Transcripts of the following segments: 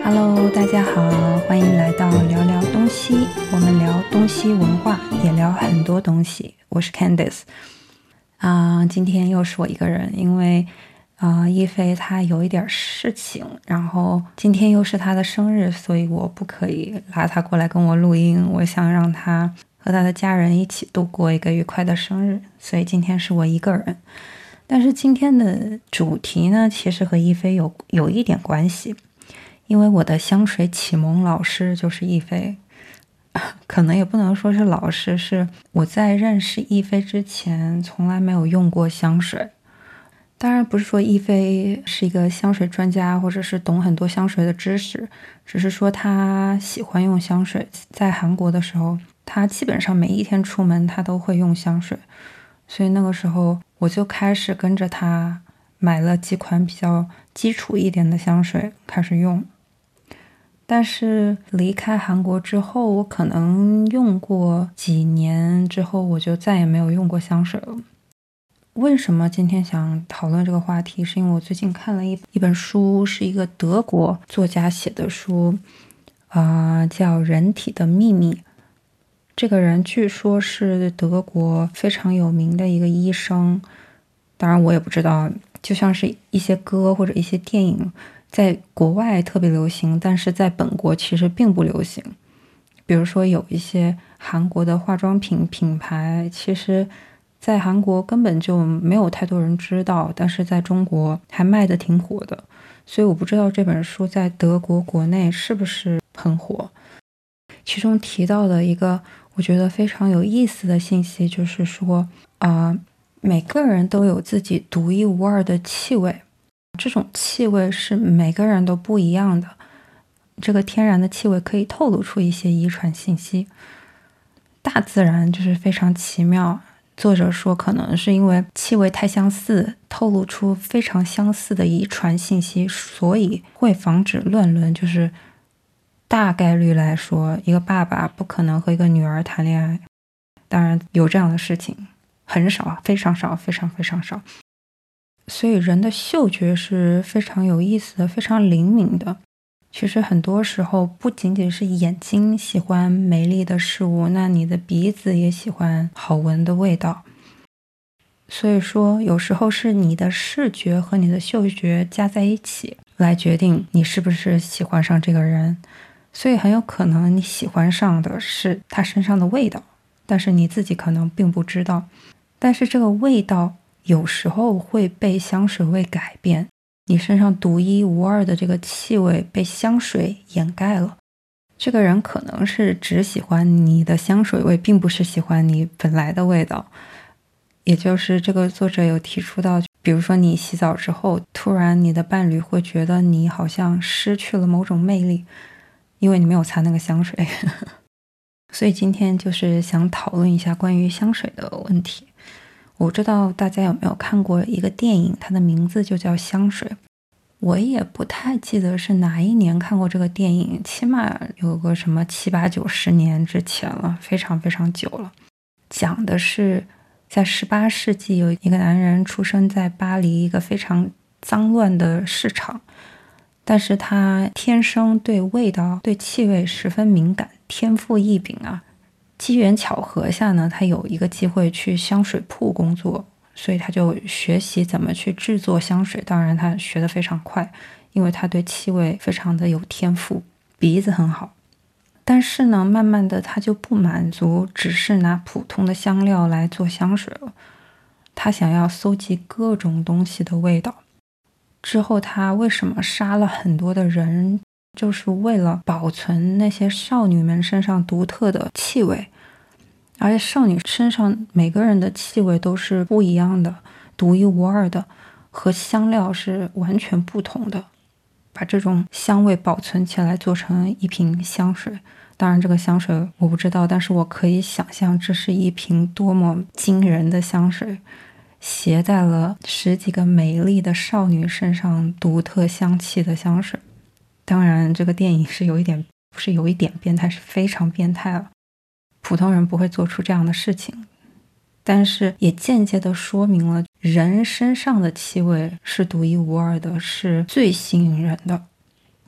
Hello，大家好，欢迎来到聊聊东西。我们聊东西文化，也聊很多东西。我是 Candice 今天又是我一个人，因为一菲她有一点事情，然后今天又是她的生日，所以我不可以拉她过来跟我录音。我想让她和她的家人一起度过一个愉快的生日，所以今天是我一个人。但是今天的主题呢，其实和一菲有一点关系。因为我的香水启蒙老师就是亦菲，可能也不能说是老师，是我在认识亦菲之前从来没有用过香水。当然不是说亦菲是一个香水专家，或者是懂很多香水的知识，只是说她喜欢用香水。在韩国的时候，她基本上每一天出门她都会用香水，所以那个时候我就开始跟着她买了几款比较基础一点的香水开始用。但是离开韩国之后，我可能用过几年之后，我就再也没有用过香水了。为什么今天想讨论这个话题？是因为我最近看了一本书，是一个德国作家写的书，叫《人体的秘密》。这个人据说是德国非常有名的一个医生，当然我也不知道，就像是一些歌或者一些电影在国外特别流行，但是在本国其实并不流行。比如说有一些韩国的化妆品品牌，其实在韩国根本就没有太多人知道，但是在中国还卖得挺火的。所以我不知道这本书在德国国内是不是很火。其中提到的一个我觉得非常有意思的信息，就是说每个人都有自己独一无二的气味，这种气味是每个人都不一样的。这个天然的气味可以透露出一些遗传信息。大自然就是非常奇妙，作者说可能是因为气味太相似，透露出非常相似的遗传信息，所以会防止乱伦。就是大概率来说，一个爸爸不可能和一个女儿谈恋爱。当然有这样的事情，很少，非常少，非常非常少。所以人的嗅觉是非常有意思的，非常灵敏的。其实很多时候不仅仅是眼睛喜欢美丽的事物，那你的鼻子也喜欢好闻的味道。所以说有时候是你的视觉和你的嗅觉加在一起来决定你是不是喜欢上这个人。所以很有可能你喜欢上的是他身上的味道，但是你自己可能并不知道。但是这个味道有时候会被香水味改变，你身上独一无二的这个气味被香水掩盖了。这个人可能是只喜欢你的香水味，并不是喜欢你本来的味道。也就是这个作者有提出到，比如说你洗澡之后，突然你的伴侣会觉得你好像失去了某种魅力，因为你没有擦那个香水。所以今天就是想讨论一下关于香水的问题。我不知道大家有没有看过一个电影，它的名字就叫《香水》。我也不太记得是哪一年看过这个电影，起码有个什么7、8、9、10年之前了，非常非常久了。讲的是在18世纪，有一个男人出生在巴黎一个非常脏乱的市场，但是他天生对味道、对气味十分敏感，天赋异禀啊。机缘巧合下呢，他有一个机会去香水铺工作，所以他就学习怎么去制作香水。当然他学得非常快，因为他对气味非常的有天赋，鼻子很好。但是呢，慢慢的他就不满足只是拿普通的香料来做香水了，他想要搜集各种东西的味道。之后他为什么杀了很多的人，就是为了保存那些少女们身上独特的气味。而且少女身上每个人的气味都是不一样的，独一无二的，和香料是完全不同的。把这种香味保存起来，做成一瓶香水。当然这个香水我不知道，但是我可以想象这是一瓶多么惊人的香水，携带了10几个美丽的少女身上独特香气的香水。当然这个电影是不是有一点变态，是非常变态了，普通人不会做出这样的事情。但是也间接地说明了人身上的气味是独一无二的，是最吸引人的。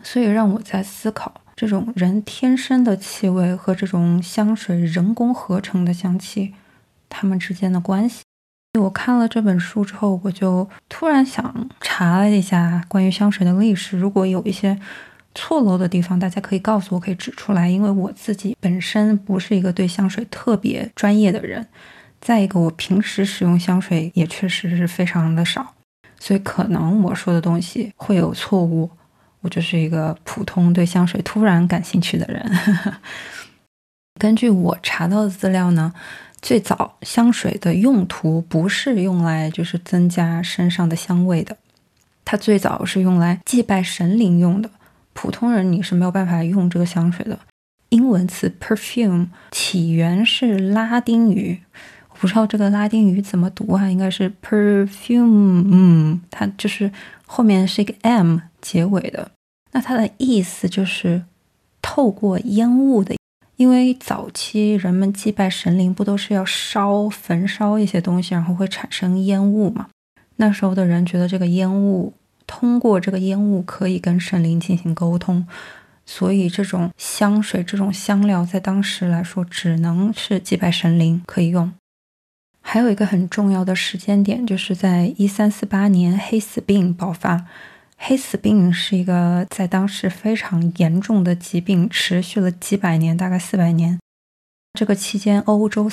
所以让我在思考这种人天生的气味和这种香水人工合成的香气，它们之间的关系。我看了这本书之后，我就突然想查了一下关于香水的历史，如果有一些错漏的地方，大家可以告诉我，可以指出来，因为我自己本身不是一个对香水特别专业的人，再一个我平时使用香水也确实是非常的少，所以可能我说的东西会有错误，我就是一个普通对香水突然感兴趣的人。根据我查到的资料呢，最早香水的用途不是用来就是增加身上的香味的，它最早是用来祭拜神灵用的，普通人你是没有办法用这个香水的。英文词 perfume 起源是拉丁语，我不知道这个拉丁语怎么读啊，应该是 perfume，它就是后面是一个 m 结尾的。那它的意思就是透过烟雾的，因为早期人们祭拜神灵不都是要焚烧一些东西，然后会产生烟雾嘛？那时候的人觉得这个烟雾，通过这个烟雾可以跟神灵进行沟通，所以这种香水这种香料在当时来说只能是祭拜神灵可以用。还有一个很重要的时间点，就是在1348年黑死病爆发。黑死病是一个在当时非常严重的疾病，持续了几百年，大概400年。这个期间欧洲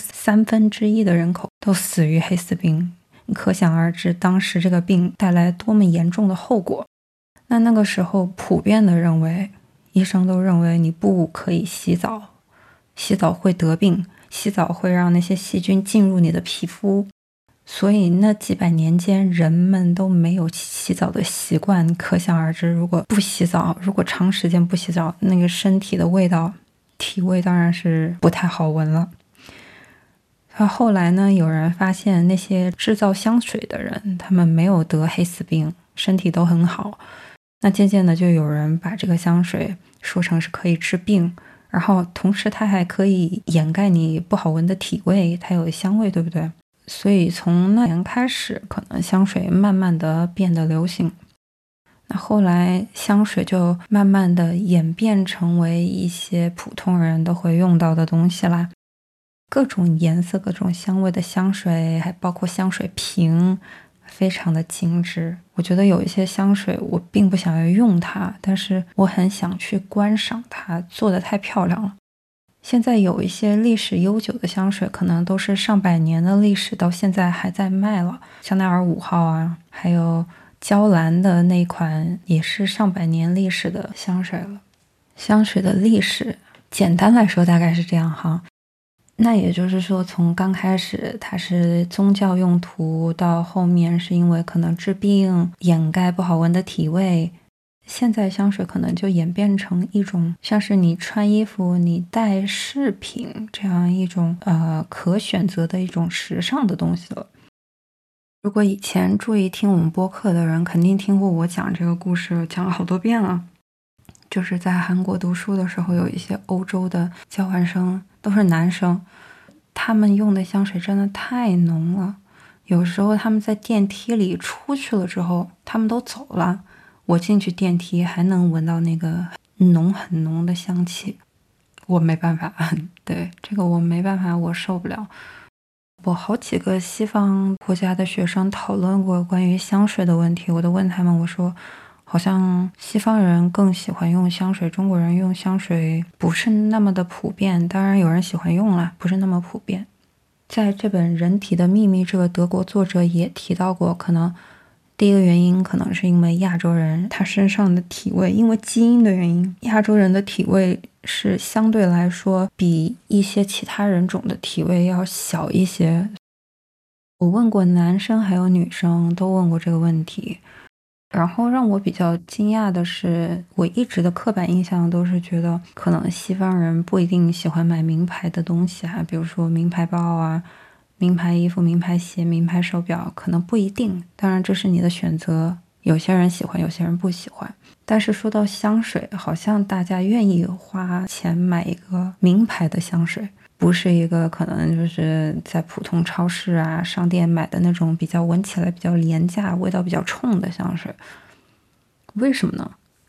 1/3的人口都死于黑死病，你可想而知当时这个病带来多么严重的后果。那个时候普遍的认为，医生都认为你不可以洗澡，洗澡会得病，洗澡会让那些细菌进入你的皮肤，所以那几百年间人们都没有洗澡的习惯。可想而知，如果不洗澡，如果长时间不洗澡，那个身体的味道体味当然是不太好闻了。后来呢，有人发现那些制造香水的人，他们没有得黑死病，身体都很好。那渐渐的就有人把这个香水说成是可以治病，然后同时它还可以掩盖你不好闻的体味，它有香味，对不对？所以从那年开始，可能香水慢慢的变得流行。那后来香水就慢慢的演变成为一些普通人都会用到的东西啦，各种颜色各种香味的香水，还包括香水瓶，非常的精致。我觉得有一些香水我并不想要用它，但是我很想去观赏它，做得太漂亮了。现在有一些历史悠久的香水，可能都是上百年的历史，到现在还在卖了，香奈儿5号啊，还有娇兰的那款也是上百年历史的香水了。香水的历史简单来说大概是这样哈，那也就是说从刚开始它是宗教用途，到后面是因为可能治病，掩盖不好闻的体味，现在香水可能就演变成一种像是你穿衣服你戴饰品这样一种可选择的一种时尚的东西了。如果以前注意听我们播客的人肯定听过我讲这个故事，讲了好多遍了。就是在韩国读书的时候，有一些欧洲的交换生都是男生，他们用的香水真的太浓了，有时候他们在电梯里出去了之后他们都走了，我进去电梯还能闻到那个很浓的香气，我没办法，对，这个我没办法，我受不了。我好几个西方国家的学生讨论过关于香水的问题，我都问他们，我说好像西方人更喜欢用香水，中国人用香水不是那么的普遍，当然有人喜欢用了，不是那么普遍。在这本《人体的秘密》，这个德国作者也提到过，可能第一个原因可能是因为亚洲人他身上的体味，因为基因的原因，亚洲人的体味是相对来说比一些其他人种的体味要小一些。我问过男生还有女生都问过这个问题，然后让我比较惊讶的是，我一直的刻板印象都是觉得可能西方人不一定喜欢买名牌的东西啊，比如说名牌包啊，名牌衣服、名牌鞋、名牌手表，可能不一定，当然这是你的选择，有些人喜欢，有些人不喜欢。但是说到香水，好像大家愿意花钱买一个名牌的香水，不是一个可能就是在普通超市啊、商店买的那种比较闻起来比较廉价、味道比较冲的香水。为什么呢？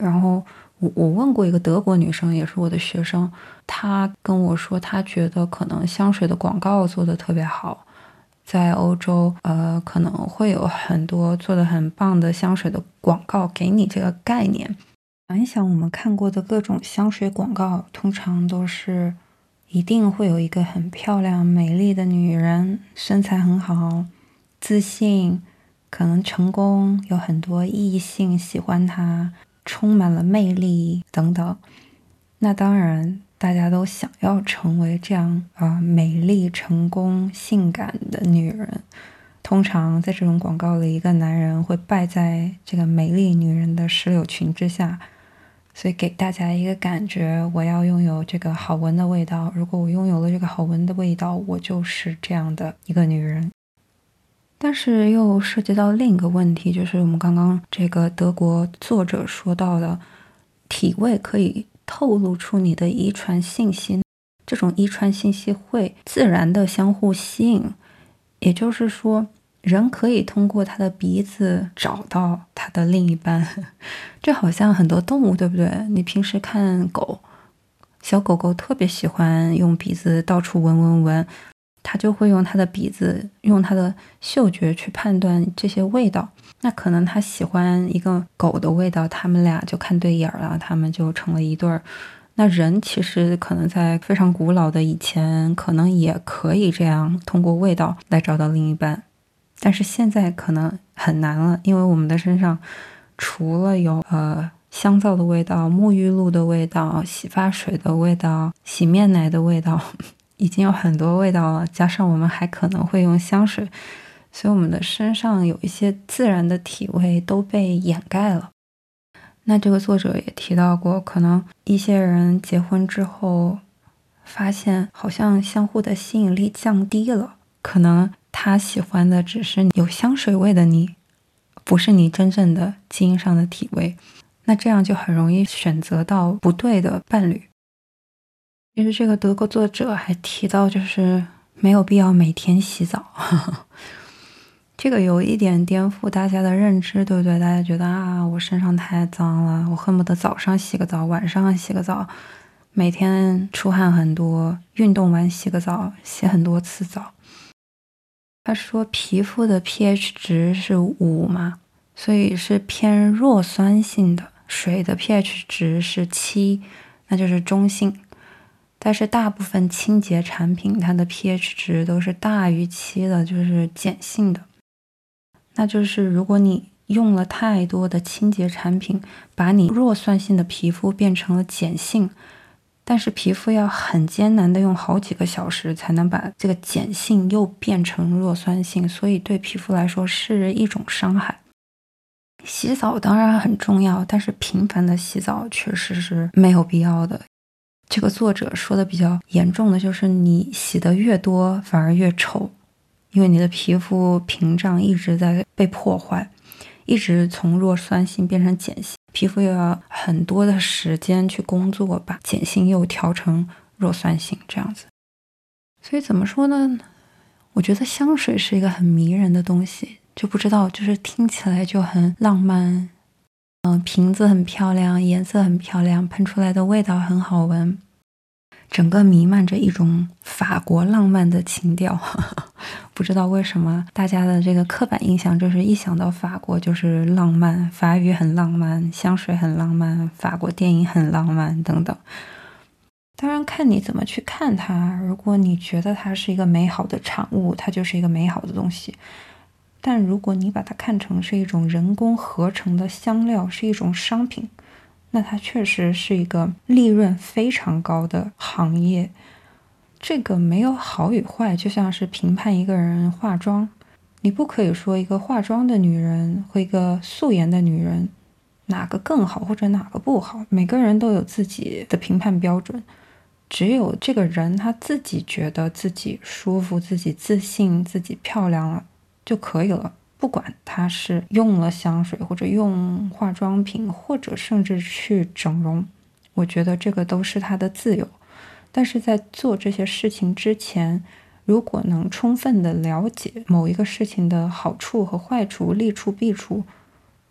然后我问过一个德国女生，也是我的学生，她跟我说，她觉得可能香水的广告做得特别好，在欧洲，可能会有很多做得很棒的香水的广告，给你这个概念。想一想，我们看过的各种香水广告，通常都是一定会有一个很漂亮、美丽的女人，身材很好，自信，可能成功，有很多异性喜欢她，充满了魅力等等。那当然，大家都想要成为这样美丽、成功、性感的女人。通常在这种广告里，一个男人会败在这个美丽女人的石榴裙之下。所以给大家一个感觉，我要拥有这个好闻的味道。如果我拥有了这个好闻的味道，我就是这样的一个女人。但是又涉及到另一个问题，就是我们刚刚这个德国作者说到的，体味可以透露出你的遗传信息，这种遗传信息会自然的相互吸引，也就是说，人可以通过他的鼻子找到他的另一半。这好像很多动物，对不对？你平时看狗，小狗狗特别喜欢用鼻子到处闻闻闻，它就会用它的鼻子，用它的嗅觉去判断这些味道。那可能它喜欢一个狗的味道，他们俩就看对眼了，他们就成了一对儿。那人其实可能在非常古老的以前，可能也可以这样通过味道来找到另一半，但是现在可能很难了，因为我们的身上除了有香皂的味道、沐浴露的味道、洗发水的味道、洗面奶的味道，已经有很多味道了，加上我们还可能会用香水，所以我们的身上有一些自然的体味都被掩盖了。那这个作者也提到过，可能一些人结婚之后发现好像相互的吸引力降低了，可能他喜欢的只是有香水味的你，不是你真正的基因上的体味。那这样就很容易选择到不对的伴侣。其实这个德国作者还提到，就是没有必要每天洗澡。这个有一点颠覆大家的认知，对不对？大家觉得我身上太脏了，我恨不得早上洗个澡，晚上洗个澡，每天出汗很多，运动完洗个澡，洗很多次澡。他说皮肤的 pH 值是5嘛，所以是偏弱酸性的，水的 pH 值是7，那就是中性。但是大部分清洁产品它的 pH 值都是大于7的，就是碱性的。那就是如果你用了太多的清洁产品，把你弱酸性的皮肤变成了碱性，但是皮肤要很艰难的用好几个小时才能把这个碱性又变成弱酸性，所以对皮肤来说是一种伤害。洗澡当然很重要，但是频繁的洗澡确实是没有必要的。这个作者说的比较严重的就是你洗得越多反而越丑，因为你的皮肤屏障一直在被破坏，一直从弱酸性变成碱性，皮肤又要很多的时间去工作，把碱性又调成弱酸性这样子。所以怎么说呢？我觉得香水是一个很迷人的东西，就不知道，就是听起来就很浪漫。瓶子很漂亮，颜色很漂亮，喷出来的味道很好闻，整个弥漫着一种法国浪漫的情调。不知道为什么大家的这个刻板印象就是一想到法国就是浪漫，法语很浪漫，香水很浪漫，法国电影很浪漫等等。当然看你怎么去看它，如果你觉得它是一个美好的产物，它就是一个美好的东西。但如果你把它看成是一种人工合成的香料，是一种商品，那它确实是一个利润非常高的行业。这个没有好与坏，就像是评判一个人化妆，你不可以说一个化妆的女人和一个素颜的女人哪个更好或者哪个不好，每个人都有自己的评判标准。只有这个人他自己觉得自己舒服，自己自信，自己漂亮了就可以了，不管他是用了香水或者用化妆品，或者甚至去整容，我觉得这个都是他的自由。但是在做这些事情之前，如果能充分的了解某一个事情的好处和坏处、利处弊处，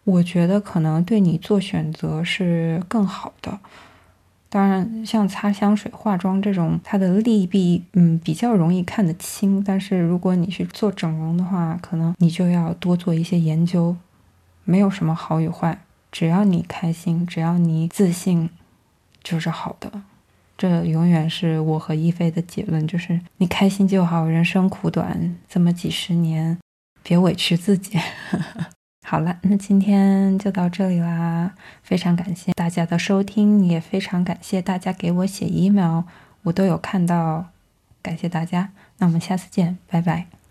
我觉得可能对你做选择是更好的。当然，像擦香水、化妆这种，它的利弊，比较容易看得清。但是如果你去做整容的话，可能你就要多做一些研究。没有什么好与坏，只要你开心，只要你自信，就是好的。这永远是我和一菲的结论，就是你开心就好，人生苦短，这么几十年，别委屈自己。好了，那今天就到这里啦，非常感谢大家的收听，也非常感谢大家给我写 email，我都有看到，感谢大家，那我们下次见，拜拜。